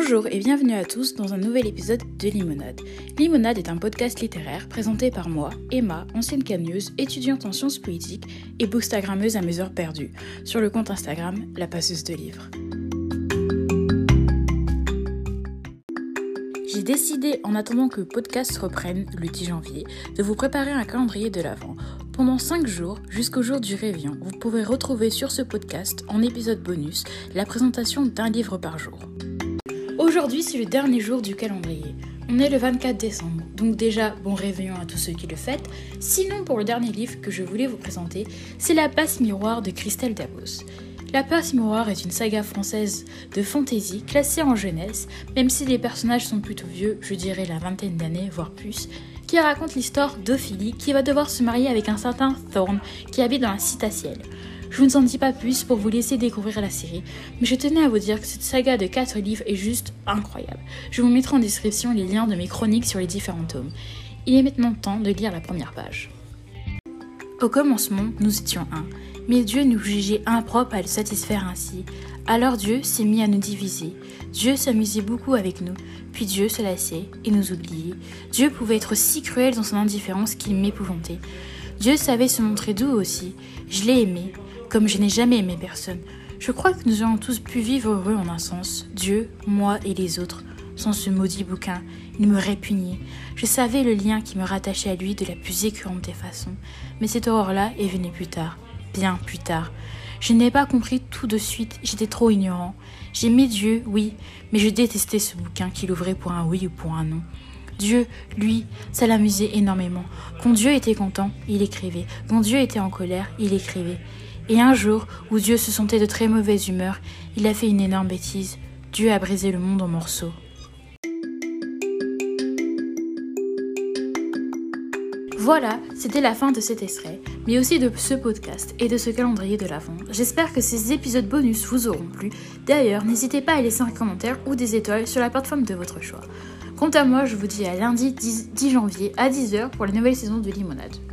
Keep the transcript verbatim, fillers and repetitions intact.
Bonjour et bienvenue à tous dans un nouvel épisode de Limonade. Limonade est un podcast littéraire présenté par moi, Emma, ancienne canneuse, étudiante en sciences politiques et bookstagrammeuse à mes heures perdues, sur le compte Instagram La Passeuse de Livres. J'ai décidé, en attendant que le podcast reprenne le dix janvier, de vous préparer un calendrier de l'Avent. Pendant cinq jours, jusqu'au jour du Réveillon, vous pourrez retrouver sur ce podcast, en épisode bonus, la présentation d'un livre par jour. Aujourd'hui, c'est le dernier jour du calendrier. On est le vingt-quatre décembre, donc déjà, bon réveillon à tous ceux qui le fêtent. Sinon, pour le dernier livre que je voulais vous présenter, c'est La Passe Miroir de Christelle Dabos. La Passe Miroir est une saga française de fantasy classée en jeunesse, même si les personnages sont plutôt vieux, je dirais la vingtaine d'années, voire plus, qui raconte l'histoire d'Ophélie qui va devoir se marier avec un certain Thorn qui habite dans la Citatielle. Je ne vous en dis pas plus pour vous laisser découvrir la série, mais je tenais à vous dire que cette saga de quatre livres est juste incroyable. Je vous mettrai en description les liens de mes chroniques sur les différents tomes. Il est maintenant temps de lire la première page. Au commencement, nous étions un, mais Dieu nous jugeait impropres à le satisfaire ainsi. Alors Dieu s'est mis à nous diviser. Dieu s'amusait beaucoup avec nous, puis Dieu se lassait et nous oubliait. Dieu pouvait être si cruel dans son indifférence qu'il m'épouvantait. Dieu savait se montrer doux aussi. Je l'ai aimé, comme je n'ai jamais aimé personne. Je crois que nous aurions tous pu vivre heureux en un sens, Dieu, moi et les autres. Sans ce maudit bouquin, il me répugnait. Je savais le lien qui me rattachait à lui de la plus écœurante des façons. Mais cette horreur-là est venue plus tard, bien plus tard. Je n'ai pas compris tout de suite, j'étais trop ignorant. J'aimais Dieu, oui, mais je détestais ce bouquin qu'il ouvrait pour un oui ou pour un non. Dieu, lui, ça l'amusait énormément. Quand Dieu était content, il écrivait. Quand Dieu était en colère, il écrivait. Et un jour, où Dieu se sentait de très mauvaise humeur, il a fait une énorme bêtise. Dieu a brisé le monde en morceaux. Voilà, c'était la fin de cet extrait, mais aussi de ce podcast et de ce calendrier de l'Avent. J'espère que ces épisodes bonus vous auront plu. D'ailleurs, n'hésitez pas à laisser un commentaire ou des étoiles sur la plateforme de votre choix. Quant à moi, je vous dis à lundi dix janvier à dix heures pour la nouvelle saison de Limonade.